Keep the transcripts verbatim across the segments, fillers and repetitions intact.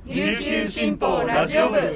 琉球新報ラジオ部。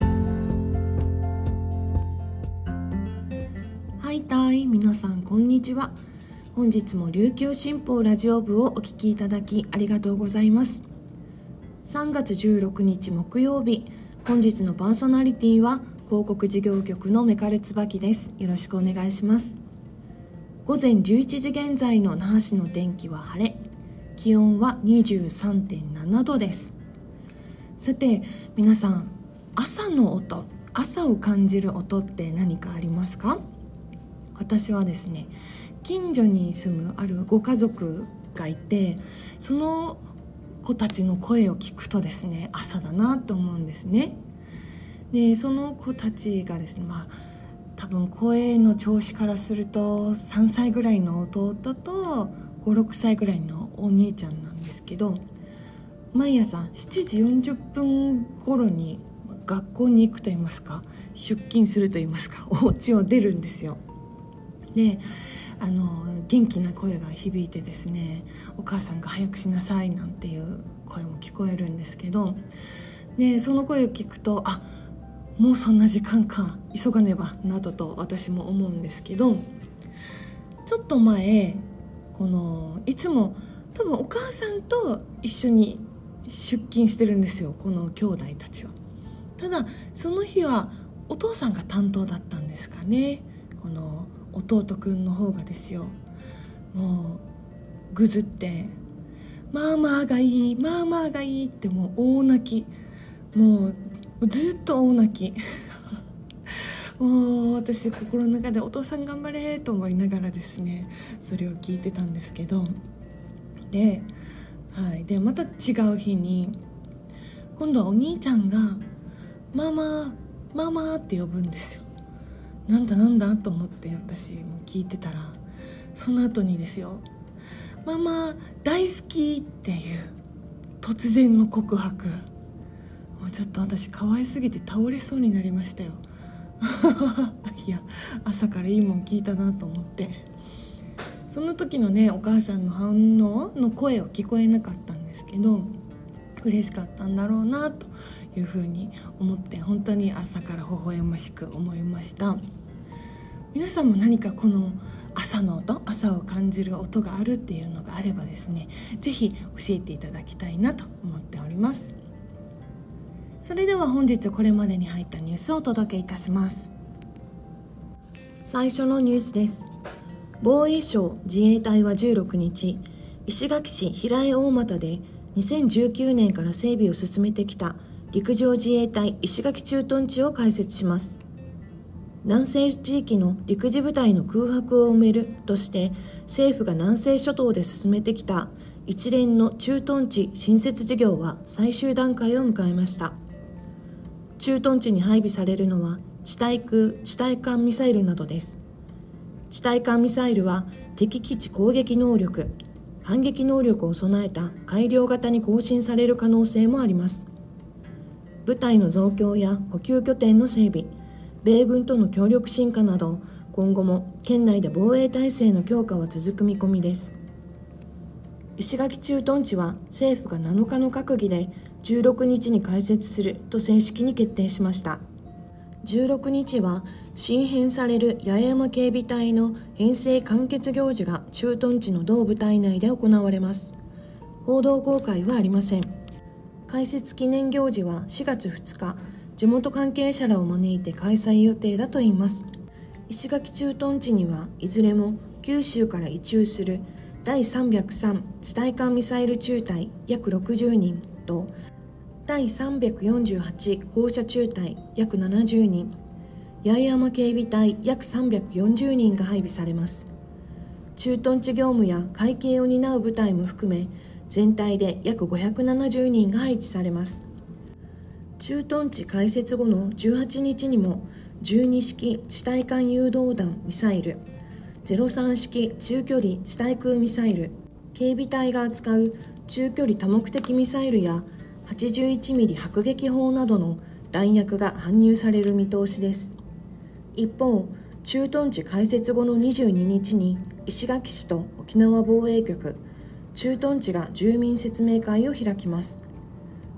はいたい、皆さんこんにちは。本日も琉球新報ラジオ部をお聞きいただきありがとうございます。さんがつじゅうろくにち木曜日、本日のパーソナリティは広告事業局のメカルつばきです。よろしくお願いします。午前じゅういちじ現在の那覇市の天気は晴れ、気温は にじゅうさんてんななどです。さて皆さん、朝の音、朝を感じる音って何かありますか？私はですね、近所に住むあるご家族がいて、その子たちの声を聞くとですね、朝だなと思うんですね。でその子たちがですね、まあ多分声の調子からするとさんさいぐらいの弟とご、ろくさいぐらいのお兄ちゃんなんですけど、毎朝しちじよんじゅっぷん頃に学校に行くといいますか、出勤するといいますか、お家を出るんですよ。であの元気な声が響いてですね、お母さんが早くしなさいなんていう声も聞こえるんですけど、でその声を聞くと、あ、もうそんな時間か、急がねばなどと私も思うんですけど、ちょっと前、このいつも多分お母さんと一緒に出勤してるんですよ、この兄弟たちは。ただその日はお父さんが担当だったんですかね。この弟くんの方がですよ、もうぐずって、ママがいいママがいいってもう大泣き、もうずっと大泣きもう私心の中でお父さん頑張れと思いながらですね、それを聞いてたんですけど、で、はい、でまた違う日に今度はお兄ちゃんがママママって呼ぶんですよ。なんだなんだと思って私も聞いてたら、その後にですよ、ママ大好きっていう突然の告白、もうちょっと私可愛すぎて倒れそうになりましたよいや、朝からいいもん聞いたなと思って、その時のねお母さんの反応の声を聞こえなかったんですけど、嬉しかったんだろうなというふうに思って、本当に朝から微笑ましく思いました。皆さんも何かこの朝の音、朝を感じる音があるっていうのがあればですね、ぜひ教えていただきたいなと思っております。それでは本日これまでに入ったニュースをお届けいたします。最初のニュースです。防衛省自衛隊はじゅうろくにち、石垣市平江大俣でにせんじゅうきゅうねんから整備を進めてきた陸上自衛隊石垣駐屯地を開設します。南西地域の陸自部隊の空白を埋めるとして政府が南西諸島で進めてきた一連の駐屯地新設事業は最終段階を迎えました。駐屯地に配備されるのは地対空、地対艦ミサイルなどです。地対艦ミサイルは敵基地攻撃能力、反撃能力を備えた改良型に更新される可能性もあります。部隊の増強や補給拠点の整備、米軍との協力深化など、今後も県内で防衛体制の強化は続く見込みです。石垣駐屯地は政府がなのかの閣議でじゅうろくにちに開設すると正式に決定しました。じゅうろくにちは新編される八重山警備隊の編成完結行事が駐屯地の同部隊内で行われます。報道公開はありません。開設記念行事はしがつふつか、地元関係者らを招いて開催予定だといいます。石垣駐屯地にはいずれも九州から移駐するだいさんびゃくさん地対艦ミサイル中隊約ろくじゅうにんとだいさんびゃくよんじゅうはち砲車中隊約ななじゅうにん、八重山警備隊約さんびゃくよんじゅうにんが配備されます。駐屯地業務や会計を担う部隊も含め全体で約ごひゃくななじゅうにんが配置されます。駐屯地開設後のじゅうはちにちにもじゅうにしき地対艦誘導弾ミサイル、ゼロさんしき中距離地対空ミサイル、警備隊が扱う中距離多目的ミサイルやはちじゅういちミリ迫撃砲などの弾薬が搬入される見通しです。一方、駐屯地開設後のにじゅうににちに石垣市と沖縄防衛局、駐屯地が住民説明会を開きます。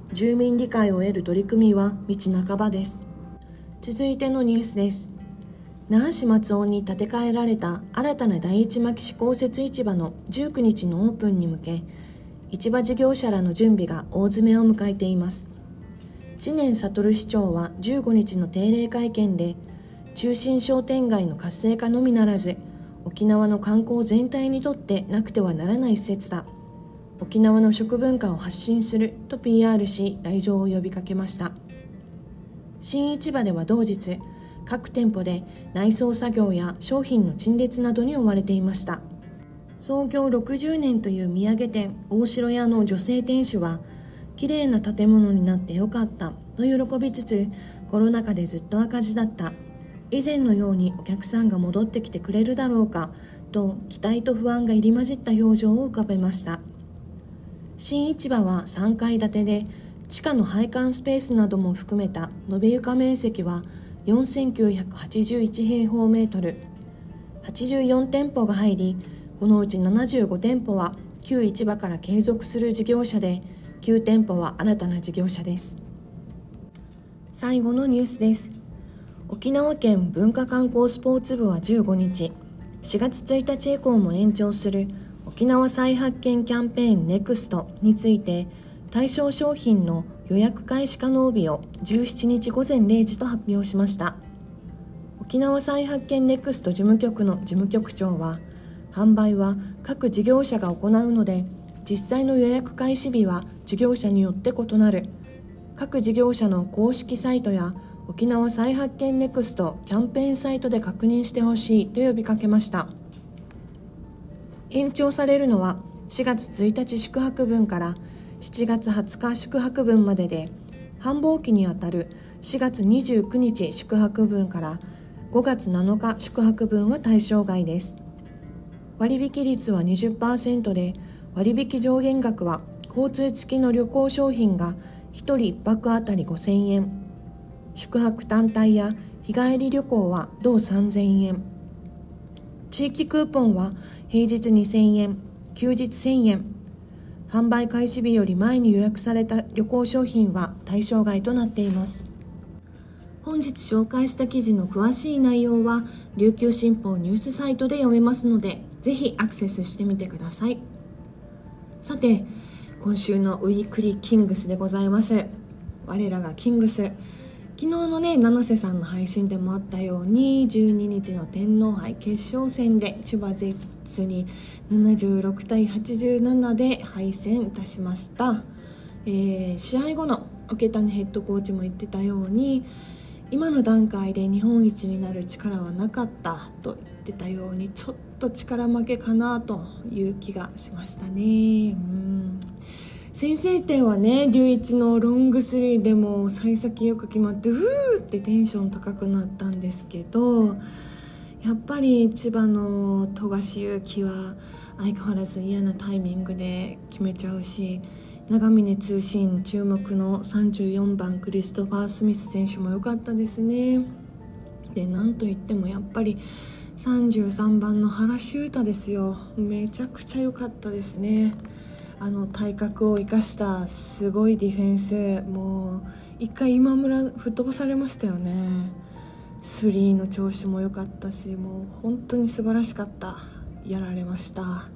住民理解を得る取り組みは道半ばです。続いてのニュースです。那覇市松尾に建て替えられた新たな第一牧志公設市場のじゅうくにちのオープンに向け、市場事業者らの準備が大詰めを迎えています。知念悟市長はじゅうごにちの定例会見で、中心商店街の活性化のみならず、沖縄の観光全体にとってなくてはならない施設だ。沖縄の食文化を発信すると ピーアール し、来場を呼びかけました。新市場では同日、各店舗で内装作業や商品の陳列などに追われていました。創業ろくじゅうねんという土産店大城屋の女性店主は、綺麗な建物になってよかったと喜びつつ、コロナ禍でずっと赤字だった。以前のようにお客さんが戻ってきてくれるだろうかと期待と不安が入り混じった表情を浮かべました。新市場はさんかい建てで、地下の配管スペースなども含めた延べ床面積はよんせんきゅうひゃくはちじゅういちへいほうメートル、はちじゅうよんてんぽが入り、このうちななじゅうごてんぽは旧市場から継続する事業者で、きゅうてんぽは新たな事業者です。最後のニュースです。沖縄県文化観光スポーツ部はじゅうごにち、しがつついたち以降も延長する沖縄再発見キャンペーン ネクスト について、対象商品の予約開始可能日をじゅうしちにちごぜんれいじと発表しました。沖縄再発見 ネクスト 事務局の事務局長は、販売は各事業者が行うので、実際の予約開始日は事業者によって異なる。各事業者の公式サイトや沖縄再発見 ネクスト キャンペーンサイトで確認してほしいと呼びかけました。延長されるのはしがつついたち宿泊分からしちがつはつか宿泊分までで、繁忙期にあたるしがつにじゅうくにち宿泊分からごがつなのか宿泊分は対象外です。割引率は にじゅっパーセント で、割引上限額は交通付きの旅行商品がひとりいっぱくあたりごせんえん、宿泊単体や日帰り旅行は同さんぜんえん、地域クーポンは平日にせんえん、休日せんえん、販売開始日より前に予約された旅行商品は対象外となっています。本日紹介した記事の詳しい内容は琉球新報ニュースサイトで読めますので、ぜひアクセスしてみてください。さて、今週のウィークリーキングスでございます。我らがキングス、昨日のね七瀬さんの配信でもあったように、じゅうににちの天皇杯決勝戦で千葉ジェッツにななじゅうろくたいはちじゅうななで敗戦いたしました。えー、試合後の桶谷ヘッドコーチも言ってたように、今の段階で日本一になる力はなかったと言ってたように、ちょっと力負けかなという気がしましたね。うん先制点はね、龍一のロングスリーでも幸先よく決まって、うーってテンション高くなったんですけど、やっぱり千葉の富樫勇樹は相変わらず嫌なタイミングで決めちゃうし、長峰通信注目のさんじゅうよんばんクリストファー・スミス選手も良かったですね。で、なんといってもやっぱりさんじゅうさんばんの原修太ですよ。めちゃくちゃ良かったですね。あの体格を生かしたすごいディフェンス、もう一回今村吹っ飛ばされましたよね。スリーの調子も良かったし、もう本当に素晴らしかった。やられました。はい。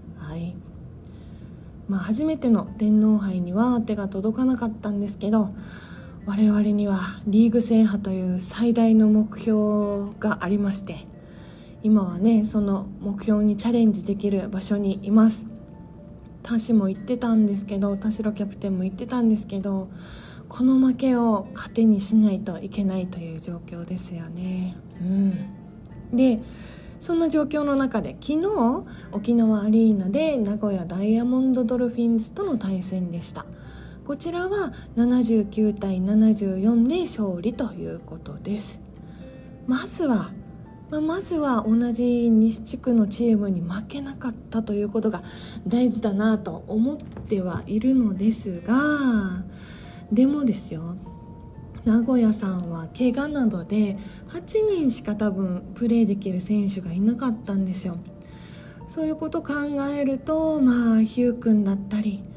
まあ初めての天皇杯には手が届かなかったんですけど、我々にはリーグ制覇という最大の目標がありまして、今はねその目標にチャレンジできる場所にいます。田代も言ってたんですけど、田代キャプテンも言ってたんですけど、この負けを糧にしないといけないという状況ですよね。うん、でそんな状況の中で昨日沖縄アリーナで名古屋ダイヤモンドドルフィンズとの対戦でした。こちらはななじゅうきゅうたいななじゅうよんで勝利ということです。まずはまあ、まずは同じ西地区のチームに負けなかったということが大事だなと思ってはいるのですが、でもですよ、名古屋さんは怪我などではちにんしか多分プレーできる選手がいなかったんですよ。そういうことを考えると、まあヒュー君だったり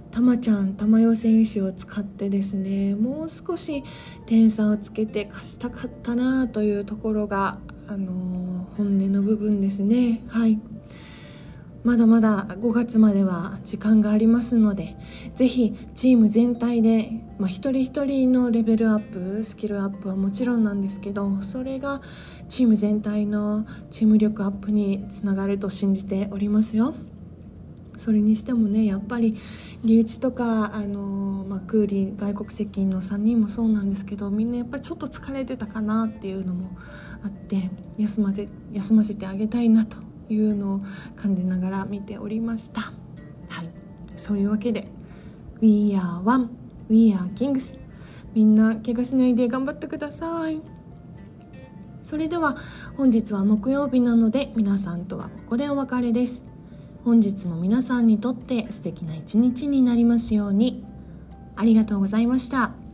たまちゃん玉代選手を使ってですね、もう少し点差をつけて勝ちたかったなというところが、あのー、本音の部分ですね。はい、まだまだごがつまでは時間がありますので、ぜひチーム全体で、まあ、一人一人のレベルアップ、スキルアップはもちろんなんですけど、それがチーム全体のチーム力アップにつながると信じておりますよ。それにしてもね、やっぱりリュウチとか、あのーまあ、クーリー、外国籍のさんにんもそうなんですけど、みんなやっぱりちょっと疲れてたかなっていうのもあって、休ませ、休ませてあげたいなというのを感じながら見ておりました。はい、そういうわけで We are one, We are kings。 みんな怪我しないで頑張ってください。それでは本日は木曜日なので、皆さんとはここでお別れです。本日も皆さんにとって素敵な一日になりますように。ありがとうございました。